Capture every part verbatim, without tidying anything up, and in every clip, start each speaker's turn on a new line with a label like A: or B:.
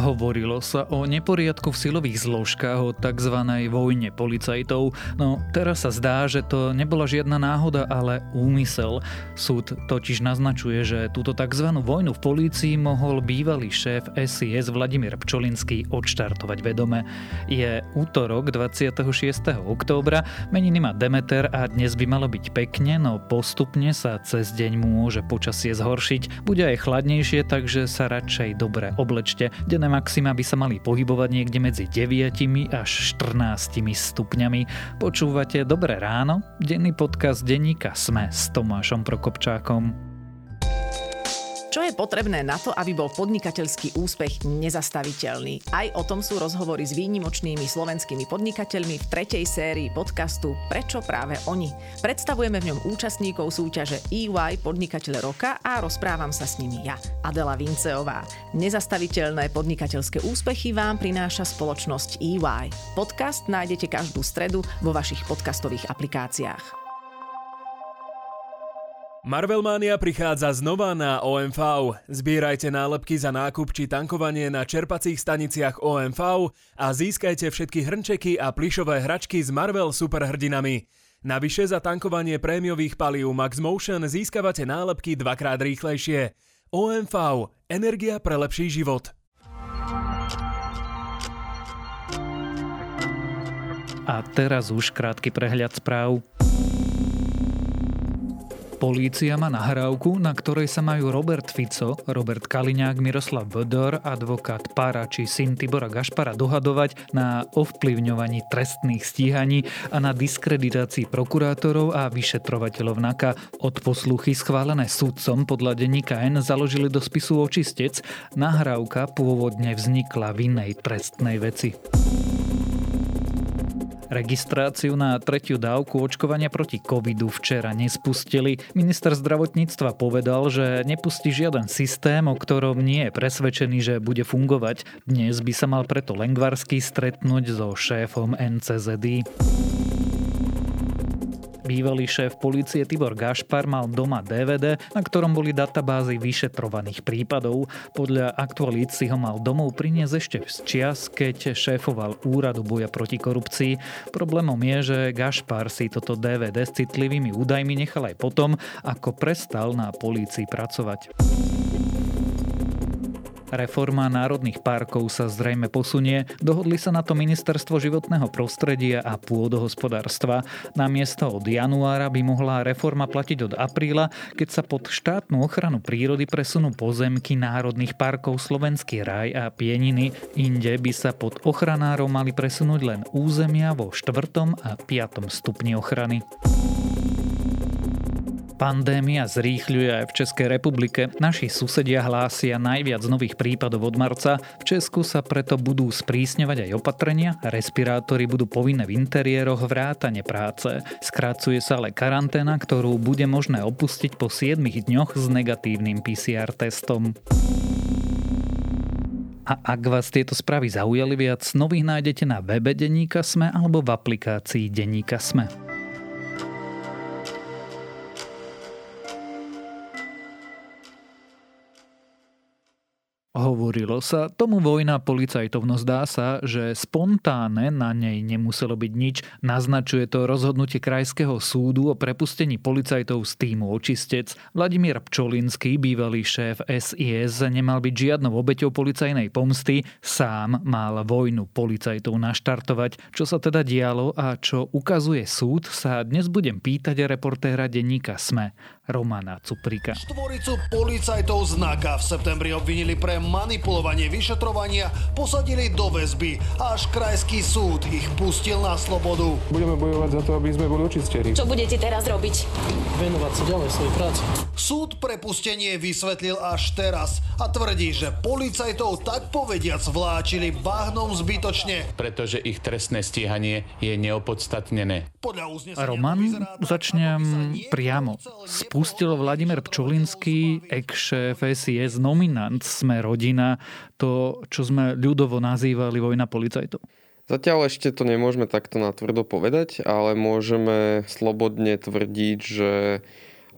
A: Hovorilo sa o neporiadku v silových zložkách, o tzv. Vojne policajtov, no teraz sa zdá, že to nebola žiadna náhoda, ale úmysel. Súd totiž naznačuje, že túto tzv. Vojnu v polícii mohol bývalý šéf es í es Vladimír Pčolinský odštartovať vedome. Je útorok dvadsiateho šiesteho októbra, meniny má Demeter a dnes by malo byť pekne, no postupne sa cez deň môže počasie zhoršiť. Bude aj chladnejšie, takže sa radšej dobre oblečte. Denné maxima by sa mali pohybovať niekde medzi deviatimi až štrnástimi stupňami. Počúvate Dobré ráno? Denný podcast denníka SME s Tomášom Prokopčákom.
B: Čo je potrebné na to, aby bol podnikateľský úspech nezastaviteľný? Aj o tom sú rozhovory s výnimočnými slovenskými podnikateľmi v tretej sérii podcastu Prečo práve oni? Predstavujeme v ňom účastníkov súťaže é vaj Podnikateľ roka a rozprávam sa s nimi ja, Adela Vinceová. Nezastaviteľné podnikateľské úspechy vám prináša spoločnosť é vaj. Podcast nájdete každú stredu vo vašich podcastových aplikáciách.
C: Marvelmania prichádza znova na ó em vé. Zbierajte nálepky za nákup či tankovanie na čerpacích staniciach ó em vé a získajte všetky hrnčeky a plyšové hračky s Marvel superhrdinami. Navyše za tankovanie prémiových palív Max Motion získavate nálepky dvakrát rýchlejšie. ó em vé. Energia pre lepší život.
A: A teraz už krátky prehľad správ. Polícia má nahrávku, na ktorej sa majú Robert Fico, Robert Kaliňák, Miroslav Bodor, advokát Para či syn Tibora Gašpara dohadovať na ovplyvňovaní trestných stíhaní a na diskreditácii prokurátorov a vyšetrovateľov NAKA. Odposluchy schválené sudcom podľa denníka N založili do spisu očistec. Nahrávka pôvodne vznikla v inej trestnej veci. Registráciu na tretiu dávku očkovania proti covidu včera nespustili. Minister zdravotníctva povedal, že nepustí žiaden systém, o ktorom nie je presvedčený, že bude fungovať. Dnes by sa mal preto Lengvarský stretnúť so šéfom en cé zet í. Bývalý šéf polície Tibor Gašpar mal doma dé vé dé, na ktorom boli databázy vyšetrovaných prípadov. Podľa aktualít si ho mal domov priniesť ešte z čias, keď šéfoval úradu boja proti korupcii. Problémom je, že Gašpar si toto dé vé dé s citlivými údajmi nechal aj potom, ako prestal na polícii pracovať. Reforma národných parkov sa zrejme posunie. Dohodli sa na to Ministerstvo životného prostredia a pôdohospodárstva. Namiesto od januára by mohla reforma platiť od apríla, keď sa pod štátnu ochranu prírody presunú pozemky národných parkov Slovenský raj a Pieniny. Inde by sa pod ochranárom mali presunúť len územia vo štvrtom a piatom stupni ochrany. Pandémia zrýchľuje aj v Českej republike. Naši susedia hlásia najviac nových prípadov od marca. V Česku sa preto budú sprísňovať aj opatrenia. Respirátory budú povinné v interiéroch vrátane práce. Skracuje sa ale karanténa, ktorú bude možné opustiť po siedmich dňoch s negatívnym pé cé er testom. A ak vás tieto správy zaujali viac, nových nájdete na webe denníka SME alebo v aplikácii denníka SME. Hovorilo sa, tomu vojna policajtov, no zdá sa, že spontánne na nej nemuselo byť nič. Naznačuje to rozhodnutie Krajského súdu o prepustení policajtov z tímu očistec. Vladimír Pčolinský, bývalý šéf es í es, nemal byť žiadnou obeťou policajnej pomsty. Sám mal vojnu policajtov naštartovať. Čo sa teda dialo a čo ukazuje súd, sa dnes budem pýtať reportéra denníka SME, Romana Cuprika.
D: Štvoricu policajtov z NAKA v septembri obvinili pre manipulovanie vyšetrovania, posadili do väzby a až krajský súd ich pustil na slobodu.
E: Budeme bojovať za to, aby sme boli očistení.
F: Čo budete teraz robiť?
G: Venovať sa ďalej svojej práci.
D: Súd prepustenie vysvetlil až teraz a tvrdí, že policajtov tak povediac vláčili bahnom zbytočne.
H: Pretože ich trestné stíhanie je neopodstatnené.
A: Roman, začnem priamo. Spustil Vladimír Pčolinský, ex-šéf es í es, nominant Sme rodina, to, čo sme ľudovo nazývali vojna policajtov?
E: Zatiaľ ešte to nemôžeme takto natvrdo povedať, ale môžeme slobodne tvrdiť, že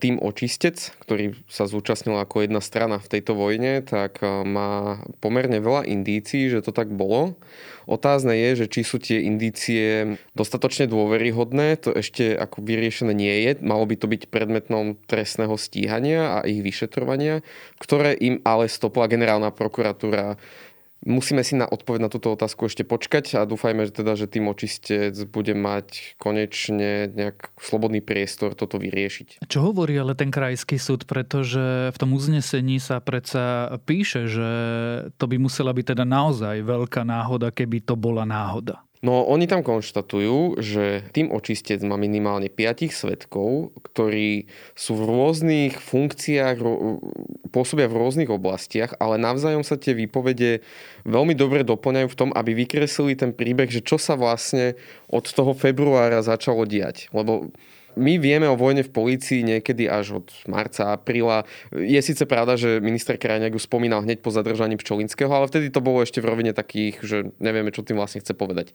E: tým Očistec, ktorý sa zúčastnil ako jedna strana v tejto vojne, tak má pomerne veľa indícií, že to tak bolo. Otázne je, že či sú tie indície dostatočne dôveryhodné, to ešte ako vyriešené nie je. Malo by to byť predmetom trestného stíhania a ich vyšetrovania, ktoré im ale stopla generálna prokuratúra. Musíme si na odpoveď na túto otázku ešte počkať a dúfajme, že teda, že tým Očistec bude mať konečne nejak slobodný priestor toto vyriešiť.
A: Čo hovorí ale ten krajský súd, pretože v tom uznesení sa predsa píše, že to by musela byť teda naozaj veľká náhoda, keby to bola náhoda.
E: No oni tam konštatujú, že tým Očistec má minimálne piatich svedkov, ktorí sú v rôznych funkciách, pôsobia v rôznych oblastiach, ale navzájom sa tie výpovede veľmi dobre doplňajú v tom, aby vykreslili ten príbeh, že čo sa vlastne od toho februára začalo diať. Lebo my vieme o vojne v polícii niekedy až od marca, apríla. Je síce pravda, že minister Krajniak ju spomínal hneď po zadržaní Pčolinského, ale vtedy to bolo ešte v rovine takých, že nevieme, čo tým vlastne chce povedať.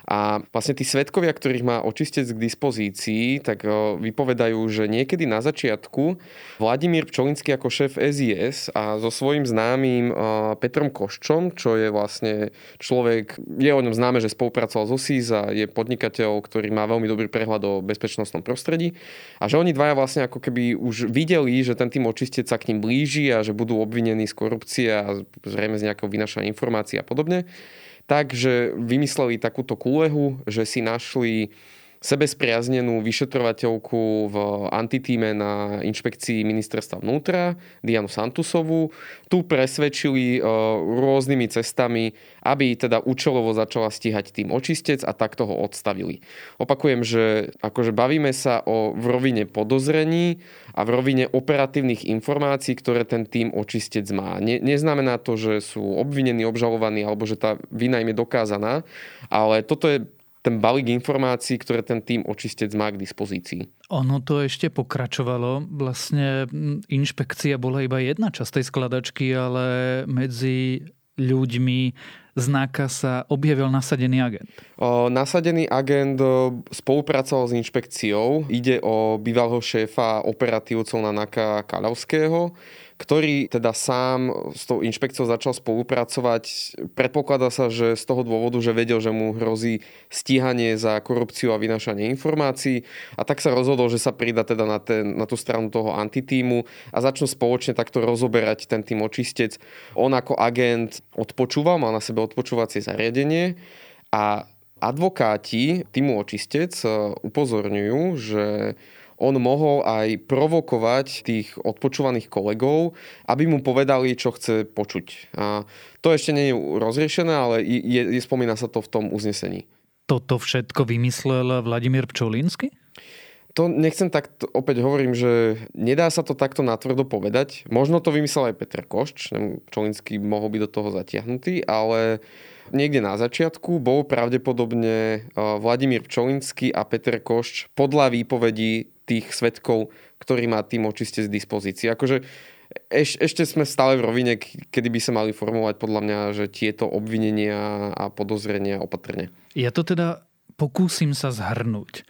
E: A vlastne tí svedkovia, ktorých má Očistec k dispozícii, tak vypovedajú, že niekedy na začiatku Vladimír Pčolinský ako šéf es í es a so svojím známym Petrom Koščom, čo je vlastne človek, je o ňom známe, že spolupracoval s ó es í es a je podnikateľ, ktorý má veľmi dobrý prehľad o bezpečnostnom prostredí. A že oni dvaja vlastne ako keby už videli, že ten tým Očistec sa k ním blíži a že budú obvinení z korupcie a zrejme z nejakého vynašania informácií a podobne. Takže vymysleli takúto kúlehu, že si našli sebespriaznenú vyšetrovateľku v antitíme na inšpekcii ministerstva vnútra, Dianu Santusovú. Tu presvedčili rôznymi cestami, aby teda účelovo začala stíhať tým Očistec a takto ho odstavili. Opakujem, že akože bavíme sa o v rovine podozrení a v rovine operatívnych informácií, ktoré ten tým Očistec má. Ne, neznamená to, že sú obvinení, obžalovaní alebo že tá vina im je dokázaná, ale toto je ten balík informácií, ktoré ten tým Očistec má k dispozícii.
A: Ono to ešte pokračovalo. Vlastne inšpekcia bola iba jedna časť tej skladačky, ale medzi ľuďmi z NAKA sa objavil nasadený agent.
E: O, nasadený agent spolupracoval s inšpekciou. Ide o bývalého šéfa operatívcov na NAKA Kaľavského, ktorý teda sám s tou inšpekciou začal spolupracovať. Predpokladá sa, že z toho dôvodu, že vedel, že mu hrozí stíhanie za korupciu a vynášanie informácií, a tak sa rozhodol, že sa pridá teda na, ten, na tú stranu toho antitímu a začnú spoločne takto rozoberať ten tým Očistec. On ako agent odpočúval, mal na sebe odpočúvacie zariadenie a advokáti týmu Očistec upozorňujú, že on mohol aj provokovať tých odpočúvaných kolegov, aby mu povedali, čo chce počuť. A to ešte nie je rozriešené, ale je, je, spomína sa to v tom uznesení.
A: Toto všetko vymyslel Vladimír Pčolinský?
E: To nechcem tak, opäť hovorím, že nedá sa to takto natvrdo povedať. Možno to vymyslel aj Peter Košč, Pčolinský mohol byť do toho zatiahnutý, ale niekde na začiatku bol pravdepodobne Vladimír Pčolinský a Peter Košč podľa výpovedí tých svedkov, ktorý má tým Očistec z dispozícii. Akože eš, ešte sme stále v rovine, kedy by sa mali formulovať podľa mňa, že tieto obvinenia a podozrenia opatrne.
A: Ja to teda pokúsim sa zhrnúť.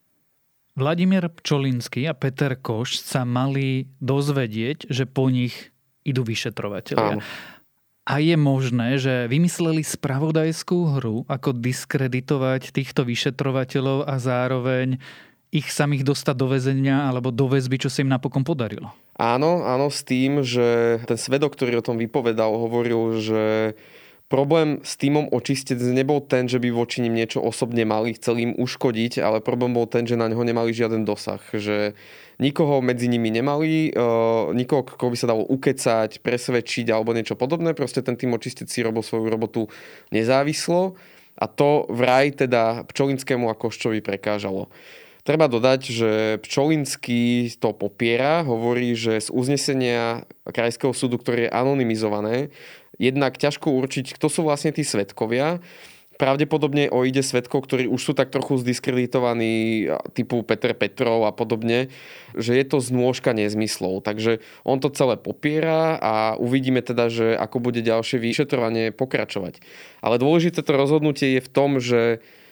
A: Vladimír Pčolinský a Peter Košč sa mali dozvedieť, že po nich idú vyšetrovatelia. Áno. A je možné, že vymysleli spravodajskú hru, ako diskreditovať týchto vyšetrovateľov a zároveň ich samých dostať do väzenia alebo do väzby, čo sa im napokon podarilo.
E: Áno, áno, s tým, že ten svedok, ktorý o tom vypovedal, hovoril, že problém s týmom Očistec nebol ten, že by voči ním niečo osobne mali, chceli im uškodiť, ale problém bol ten, že na neho nemali žiaden dosah. Že nikoho medzi nimi nemali, nikoho, koho by sa dalo ukecať, presvedčiť alebo niečo podobné. Proste ten tým Očistec si robil svoju robotu nezávislo a to vraj teda Pčolinskému a Koščovi prekážalo. Treba dodať, že Pčolinský to popiera, hovorí, že z uznesenia Krajského súdu, ktoré je anonymizované, jednak ťažko určiť, kto sú vlastne tí svedkovia. Pravdepodobne o ide svedkov, ktorí už sú tak trochu zdiskreditovaní, typu Peter Petrov a podobne, že je to znôžka nezmyslov. Takže on to celé popiera a uvidíme teda, že ako bude ďalšie vyšetrovanie pokračovať. Ale dôležité to rozhodnutie je v tom, že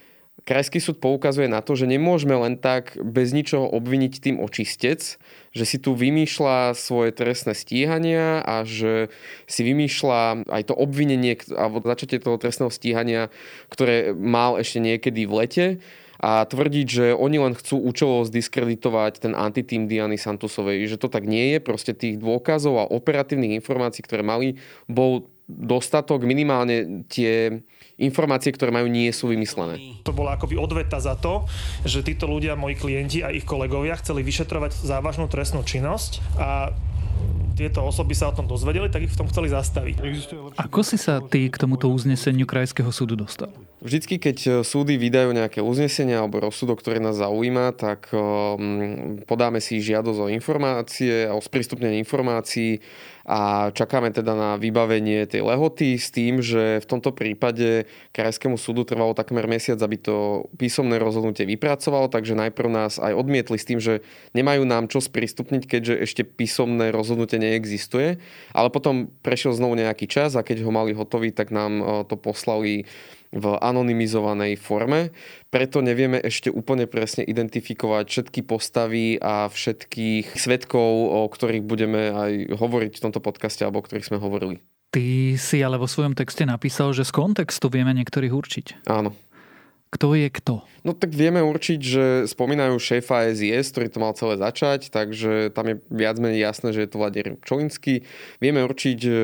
E: Krajský súd poukazuje na to, že nemôžeme len tak bez ničoho obviniť tým očistec, že si tu vymýšľa svoje trestné stíhania a že si vymýšľa aj to obvinenie alebo začatie toho trestného stíhania, ktoré mal ešte niekedy v lete, a tvrdiť, že oni len chcú účelovo zdiskreditovať ten antitým Diany Santusovej, že to tak nie je. Proste tých dôkazov a operatívnych informácií, ktoré mali, bol dostatok. Minimálne tie informácie, ktoré majú, nie sú vymyslené.
F: To bola akoby odveta za to, že títo ľudia, moji klienti a ich kolegovia chceli vyšetrovať závažnú trestnú činnosť a tieto osoby sa o tom dozvedeli, tak ich v tom chceli zastaviť.
A: Ako si sa ty k tomuto uzneseniu Krajského súdu dostal?
E: Vždycky, keď súdy vydajú nejaké uznesenia alebo rozsudok, ktorý nás zaujíma, tak um, podáme si žiadosť o informácie, o sprístupnenie informácií a čakáme teda na vybavenie tej lehoty s tým, že v tomto prípade Krajskému súdu trvalo takmer mesiac, aby to písomné rozhodnutie vypracovalo, takže najprv nás aj odmietli s tým, že nemajú nám čo sprístupniť, keďže ešte písomné rozhodnutie neexistuje, ale potom prešiel znovu nejaký čas a keď ho mali hotový, tak nám to poslali v anonymizovanej forme. Preto nevieme ešte úplne presne identifikovať všetky postavy a všetkých svedkov, o ktorých budeme aj hovoriť v tomto podcaste alebo o ktorých sme hovorili.
A: Ty si ale vo svojom texte napísal, že z kontextu vieme niektorých určiť.
E: Áno.
A: Kto je kto? No
E: tak vieme určiť, že spomínajú šéfa es í es, ktorý to mal celé začať, takže tam je viac menej jasné, že je to Vladimír Pčolinský. Vieme určiť uh,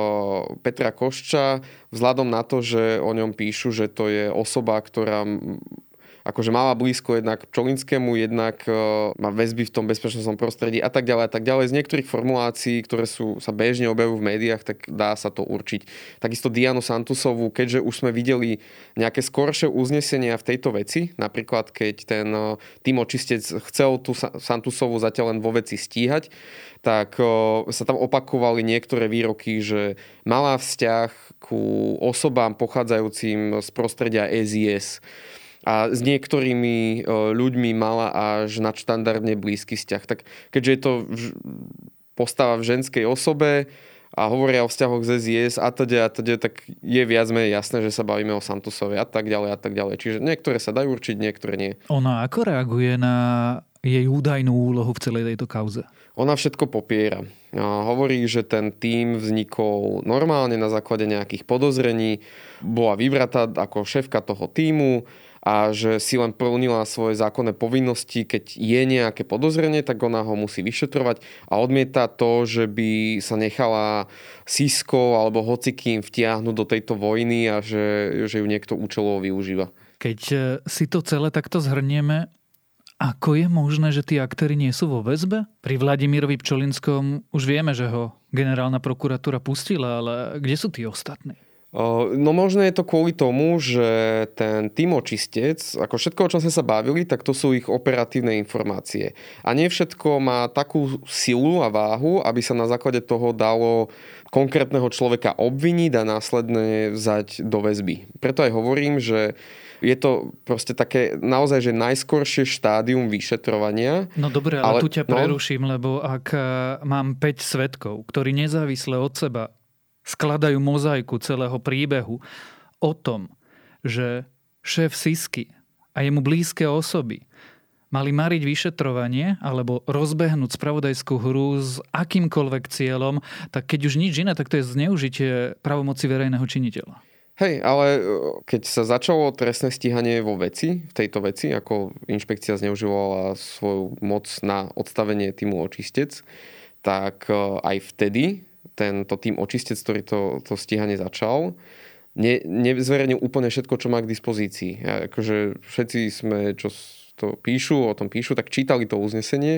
E: Petra Košča vzhľadom na to, že o ňom píšu, že to je osoba, ktorá akože mala blízko jednak k Pčolinskému, jednak uh, má väzby v tom bezpečnostnom prostredí a tak ďalej a tak ďalej. Z niektorých formulácií, ktoré sú, sa bežne objavujú v médiách, tak dá sa to určiť. Takisto Dianu Santusovú, keďže už sme videli nejaké skoršie uznesenia v tejto veci, napríklad keď ten uh, tým očistec chcel tú Santusovú zatiaľ len vo veci stíhať, tak uh, sa tam opakovali niektoré výroky, že mala vzťah ku osobám pochádzajúcim z prostredia es í es. A s niektorými ľuďmi mala až nadštandardne blízky vzťah. Tak keďže je to postava v ženskej osobe a hovoria o vzťahoch z es í es a teda, a teda, tak je viac menej jasné, že sa bavíme o Santusovi a tak ďalej a tak ďalej. Čiže niektoré sa dajú určiť, niektoré nie.
A: Ona ako reaguje na jej údajnú úlohu v celej tejto kauze?
E: Ona všetko popiera. Hovorí, že ten tím vznikol normálne na základe nejakých podozrení, bola vybratá ako šéfka toho tímu, a že si len plnila svoje zákonné povinnosti, keď je nejaké podozrenie, tak ona ho musí vyšetrovať a odmieta to, že by sa nechala Sisko alebo hocikým vtiahnuť do tejto vojny a že, že ju niekto účelovo využíva.
A: Keď si to celé takto zhrnieme, ako je možné, že tí aktéri nie sú vo väzbe? Pri Vladimírovi Pčolinskom už vieme, že ho generálna prokuratúra pustila, ale kde sú tí ostatní?
E: No možno je to kvôli tomu, že ten tým očistec, ako všetko, o čom sme sa bavili, tak to sú ich operatívne informácie. A nie všetko má takú silu a váhu, aby sa na základe toho dalo konkrétneho človeka obviniť a následne vzať do väzby. Preto aj hovorím, že je to proste také naozaj, že najskoršie štádium vyšetrovania.
A: No dobre, ale, ale tu ťa preruším, no? Lebo ak mám päť svedkov, ktorí nezávisle od seba skladajú mozaiku celého príbehu o tom, že šéf Sisky a jemu blízke osoby mali mariť vyšetrovanie alebo rozbehnúť spravodajskú hru s akýmkoľvek cieľom, tak keď už nič iné, tak to je zneužitie pravomoci verejného činiteľa.
E: Hej, ale keď sa začalo trestné stíhanie vo veci, v tejto veci, ako inšpekcia zneužívala svoju moc na odstavenie týmu očistec, tak aj vtedy tento tým očistec, ktorý to, to stíhanie začal, ne, nezverejnil úplne všetko, čo má k dispozícii. Ja, akože všetci sme, čo to píšu, o tom píšu, tak čítali to uznesenie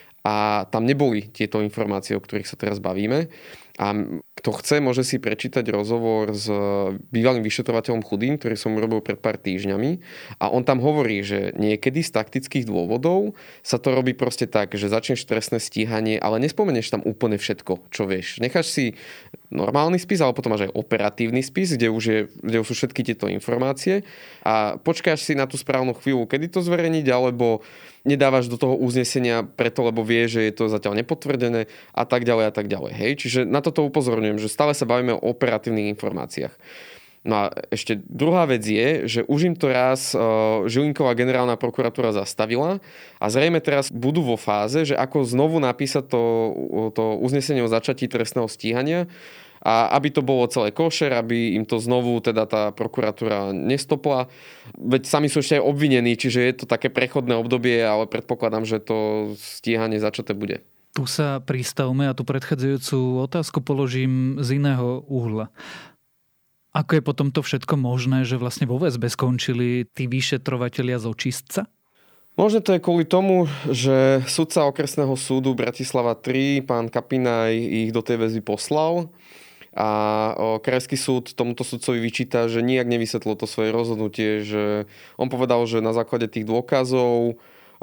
E: a tam neboli tieto informácie, o ktorých sa teraz bavíme. A kto chce, môže si prečítať rozhovor s bývalým vyšetrovateľom Chudým, ktorý som urobil pred pár týždňami. A on tam hovorí, že niekedy z taktických dôvodov sa to robí proste tak, že začneš trestné stíhanie, ale nespomenieš tam úplne všetko, čo vieš. Necháš si normálny spis, ale potom máš aj operatívny spis, kde už, je, kde už sú všetky tieto informácie a počkáš si na tú správnu chvíľu, kedy to zverejniť, alebo nedávaš do toho uznesenia preto, lebo vieš, že je to zatiaľ nepotvrdené a tak ďalej a tak ďalej. Hej? Čiže na toto upozorňujem, že stále sa bavíme o operatívnych informáciách. No a ešte druhá vec je, že už im to raz Žilinková generálna prokuratúra zastavila a zrejme teraz budú vo fáze, že ako znovu napísať to, to uznesenie o začatí trestného stíhania a aby to bolo celé košer, aby im to znovu teda tá prokuratúra nestopla. Veď sami sú ešte aj obvinení, čiže je to také prechodné obdobie, ale predpokladám, že to stíhanie začaté bude.
A: Tu sa pristavme a tú predchádzajúcu otázku položím z iného uhla. Ako je potom to všetko možné, že vlastne vo väzbe skončili tí vyšetrovatelia z očistca?
E: Možno to je kvôli tomu, že sudca okresného súdu Bratislava tri, pán Kapinaj, ich do tej väzby poslal a krajský súd tomuto sudcovi vyčíta, že nijak nevysvetlil to svoje rozhodnutie, že on povedal, že na základe tých dôkazov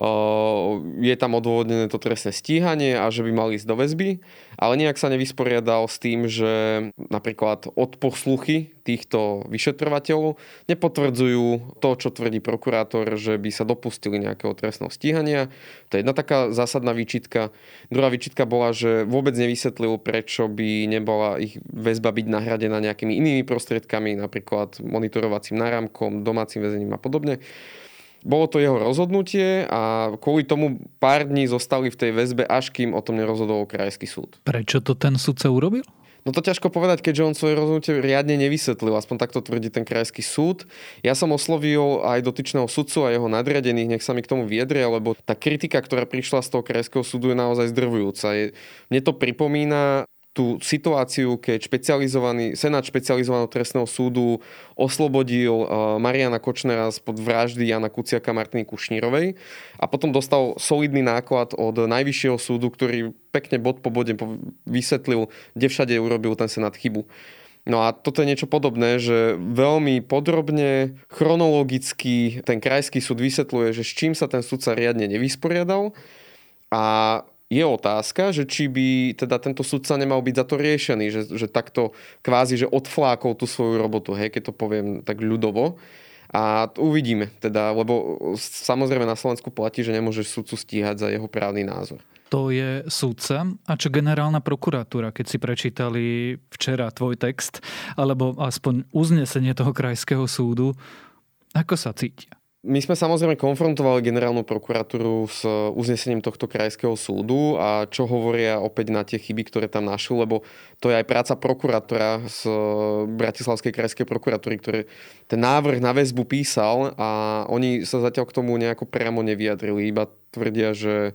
E: je tam odôvodnené to trestné stíhanie a že by mali ísť do väzby, ale nejak sa nevysporiadal s tým, že napríklad odposluchy týchto vyšetrovateľov nepotvrdzujú to, čo tvrdí prokurátor, že by sa dopustili nejakého trestného stíhania. To je jedna taká zásadná výčitka. Druhá výčitka bola, že vôbec nevysvetlil, prečo by nebola ich väzba byť nahradená nejakými inými prostriedkami, napríklad monitorovacím náramkom, domácim väzením a podobne. Bolo to jeho rozhodnutie a kvôli tomu pár dní zostali v tej väzbe, až kým o tom nerozhodol krajský súd.
A: Prečo to ten sudca urobil?
E: No to ťažko povedať, keďže on svoje rozhodnutie riadne nevysvetlil, aspoň takto tvrdí ten krajský súd. Ja som oslovil aj dotyčného sudcu a jeho nadriadených, nech sa mi k tomu vyjadria, lebo tá kritika, ktorá prišla z toho krajského súdu, je naozaj zdrvujúca. Je, mne to pripomína tú situáciu, keď špecializovaný, Senát špecializovaného trestného súdu oslobodil Mariana Kočnera spod vraždy Jana Kuciaka a Martiny Kušnírovej a potom dostal solidný náklad od Najvyššieho súdu, ktorý pekne bod po bode vysvetlil, kde všade urobil ten Senát chybu. No a toto je niečo podobné, že veľmi podrobne, chronologicky ten krajský súd vysvetľuje, že s čím sa ten sudca riadne nevysporiadal a je otázka, že či by teda tento sudca nemal byť za to riešený, že, že takto kvázi, že odflákol tú svoju robotu, hej, keď to poviem tak ľudovo. A uvidíme, teda, lebo samozrejme na Slovensku platí, že nemôžeš sudcu stíhať za jeho právny názor.
A: To je sudca. A čo generálna prokuratúra, keď si prečítali včera tvoj text, alebo aspoň uznesenie toho krajského súdu, ako sa cítia?
E: My sme samozrejme konfrontovali generálnu prokuratúru s uznesením tohto krajského súdu a čo hovoria opäť na tie chyby, ktoré tam našli, lebo to je aj práca prokurátora z Bratislavskej krajskej prokuratúry, ktorý ten návrh na väzbu písal a oni sa zatiaľ k tomu nejako priamo nevyjadrili, iba tvrdia, že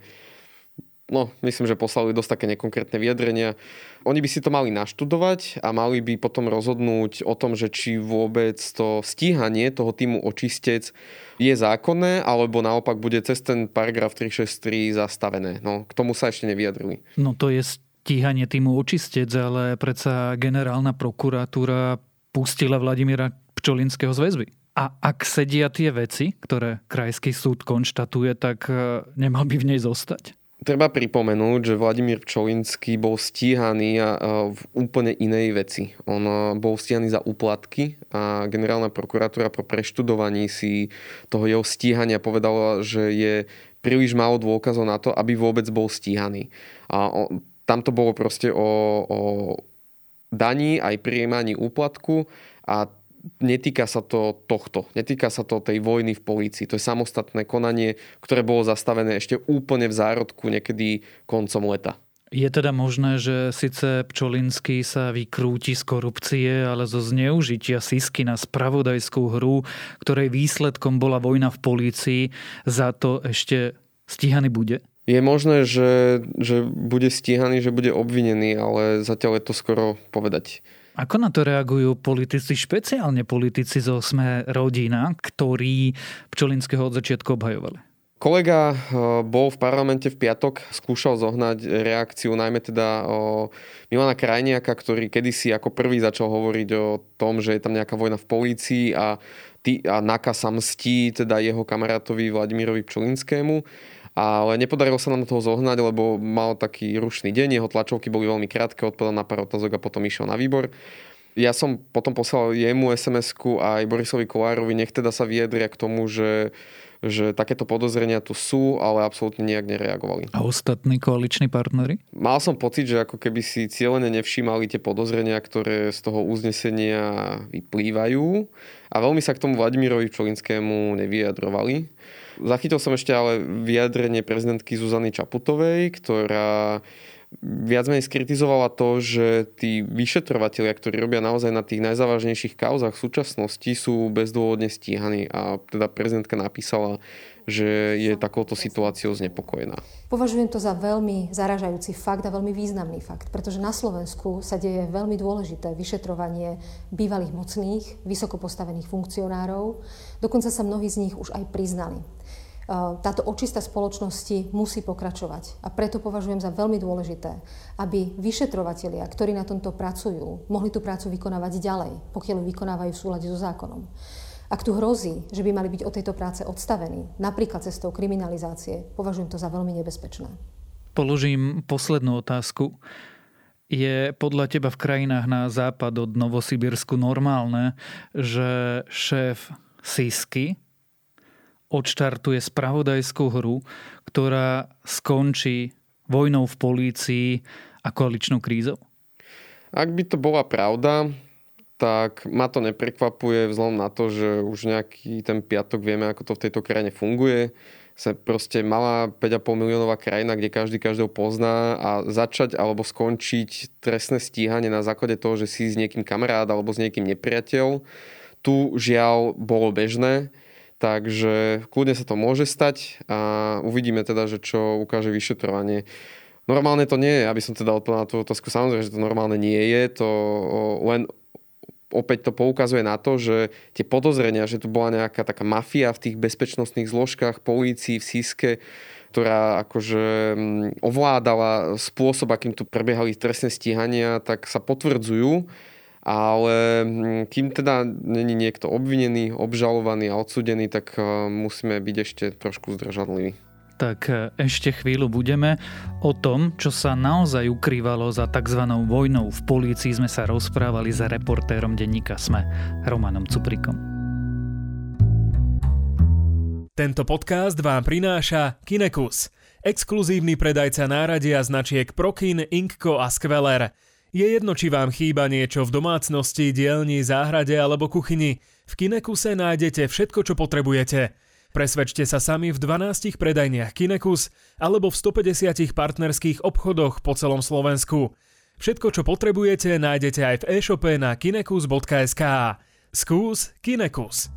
E: no, myslím, že poslali dosť také nekonkrétne vyjadrenia. Oni by si to mali naštudovať a mali by potom rozhodnúť o tom, že či vôbec to stíhanie toho týmu očistec je zákonné, alebo naopak bude cez ten paragraf tri šesť tri zastavené. No, k tomu sa ešte nevyjadrili.
A: No to je stíhanie týmu očistec, ale predsa generálna prokuratúra pustila Vladimíra Pčolinského z väzby. A ak sedia tie veci, ktoré krajský súd konštatuje, tak nemal by v nej zostať?
E: Treba pripomenúť, že Vladimír Pčolinský bol stíhaný v úplne inej veci. On bol stíhaný za úplatky a generálna prokuratúra po preštudovaní si toho jeho stíhania povedala, že je príliš málo dôkazov na to, aby vôbec bol stíhaný. A on, tam to bolo proste o, o daní aj prijímaní úplatku a netýka sa to tohto. Netýka sa to tej vojny v polícii. To je samostatné konanie, ktoré bolo zastavené ešte úplne v zárodku niekedy koncom leta.
A: Je teda možné, že síce Pčolinský sa vykrúti z korupcie, ale zo zneužitia Sisky na spravodajskú hru, ktorej výsledkom bola vojna v polícii, za to ešte stíhaný bude?
E: Je možné, že, že bude stíhaný, že bude obvinený, ale zatiaľ je to skoro povedať.
A: Ako na to reagujú politici, špeciálne politici zo Sme rodina, ktorí Pčolinského od začiatku obhajovali?
E: Kolega bol v parlamente v piatok, skúšal zohnať reakciu najmä teda o Milana Krajniaka, ktorý kedysi ako prvý začal hovoriť o tom, že je tam nejaká vojna v polícii a, tý, a Naka sa mstí teda jeho kamarátovi Vladimírovi Pčolinskému. Ale nepodarilo sa nám toho zohnať, lebo mal taký rušný deň, jeho tlačovky boli veľmi krátke, odpovedal na pár otázok a potom išiel na výbor. Ja som potom poslal jemu es em esku aj Borisovi Kollárovi, nech teda sa vyjadria k tomu, že, že takéto podozrenia tu sú, ale absolútne nejak nereagovali.
A: A ostatní koaliční partneri?
E: Mal som pocit, že ako keby si cieľene nevšímali tie podozrenia, ktoré z toho uznesenia vyplývajú a veľmi sa k tomu Vladimirovi Pčolinskému nevyjadrovali. Zachytil som ešte ale vyjadrenie prezidentky Zuzany Čaputovej, ktorá viac menej skritizovala to, že tí vyšetrovatelia, ktorí robia naozaj na tých najzávažnejších kauzách v súčasnosti, sú bezdôvodne stíhaní a teda prezidentka napísala, že je takouto situáciou znepokojená.
I: Považujem to za veľmi zaražajúci fakt a veľmi významný fakt, pretože na Slovensku sa deje veľmi dôležité vyšetrovanie bývalých mocných, vysoko postavených funkcionárov. Dokonca sa mnohí z nich už aj priznali. Táto očista spoločnosti musí pokračovať a preto považujem za veľmi dôležité, aby vyšetrovatelia, ktorí na tomto pracujú, mohli tú prácu vykonávať ďalej, pokiaľ ju vykonávajú v súlade so zákonom. Ak tu hrozí, že by mali byť od tejto práce odstavení, napríklad cestou kriminalizácie, považujem to za veľmi nebezpečné. Položím
A: poslednú otázku. Je podľa teba v krajinách na západ od Novosibirsku normálne, že šéf SIS-ky odštartuje spravodajskú hru, ktorá skončí vojnou v polícii a koaličnou krízou?
E: Ak by to bola pravda, tak ma to neprekvapuje vzhľadom na to, že už nejaký ten piatok vieme, ako to v tejto krajine funguje. Sme proste malá päť a pol miliónová krajina, kde každý každého pozná a začať alebo skončiť trestné stíhanie na základe toho, že si s niekým kamarát alebo s niekým nepriateľ, tu žiaľ bolo bežné. Takže kľudne sa to môže stať a uvidíme teda, že čo ukáže vyšetrovanie. Normálne to nie je, aby som teda odpovedal na tú otázku. Samozrejme, že to normálne nie je. To len opäť to poukazuje na to, že tie podozrenia, že tu bola nejaká taká mafia v tých bezpečnostných zložkách, polícii, v SIS-ke, ktorá akože ovládala spôsob, akým tu prebiehali trestné stíhania, tak sa potvrdzujú. Ale kým teda není niekto obvinený, obžalovaný a odsúdený, tak musíme byť ešte trošku zdržanliví.
A: Tak ešte chvíľu budeme. O tom, čo sa naozaj ukrývalo za tzv. Vojnou v polícii, sme sa rozprávali s reportérom denníka SME, Romanom Cuprikom.
C: Tento podcast vám prináša Kinekus, exkluzívny predajca náradia značiek Prokin, Inkko a Skveler. Je jedno, či vám chýba niečo v domácnosti, dielni, záhrade alebo kuchyni. V Kinekuse nájdete všetko, čo potrebujete. Presvedčte sa sami v dvanástich predajniach Kinekus alebo v stopäťdesiatich partnerských obchodoch po celom Slovensku. Všetko, čo potrebujete, nájdete aj v e-shope na kinekus bodka es ká. Skús Kinekus.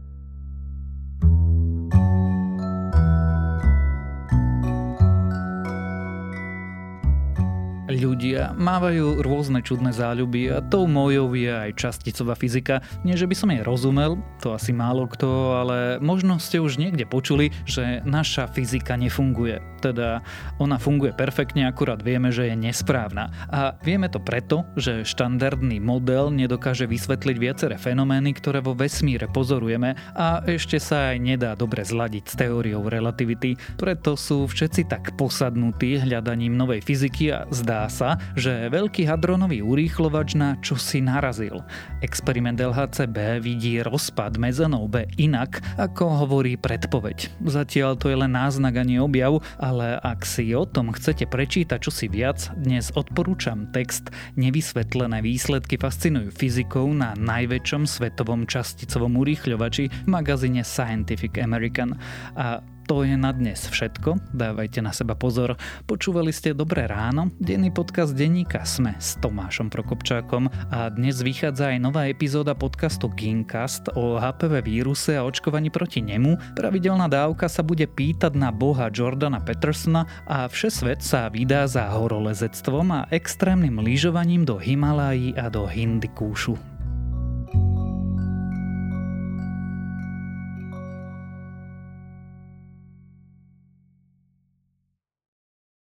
A: Ľudia mávajú rôzne čudné záľuby a tou mojou je aj časticová fyzika. Nie, že by som jej rozumel, to asi málo kto, ale možno ste už niekde počuli, že naša fyzika nefunguje. Teda ona funguje perfektne, akurát vieme, že je nesprávna. A vieme to preto, že štandardný model nedokáže vysvetliť viaceré fenomény, ktoré vo vesmíre pozorujeme a ešte sa aj nedá dobre zladiť s teóriou relativity. Preto sú všetci tak posadnutí hľadaním novej fyziky a zdá sa, že veľký hadronový urýchlovač na čosi narazil. Experiment el há cé bé vidí rozpad mezonov B inak, ako hovorí predpoveď. Zatiaľ to je len náznak a nie objav, ale ak si o tom chcete prečítať čosi viac, dnes odporúčam text Nevysvetlené výsledky fascinujú fyzikou na najväčšom svetovom časticovom urýchľovači v magazíne Scientific American. A to je na dnes všetko. Dávajte na seba pozor. Počúvali ste Dobré ráno, denný podcast denníka SME s Tomášom Prokopčákom a dnes vychádza aj nová epizóda podcastu Gincast o há pé vé víruse a očkovaní proti nemu. Pravidelná dávka sa bude pýtať na boha Jordana Petersona a všesvet sa vydá za horolezectvom a extrémnym lyžovaním do Himalají a do Hindikúšu.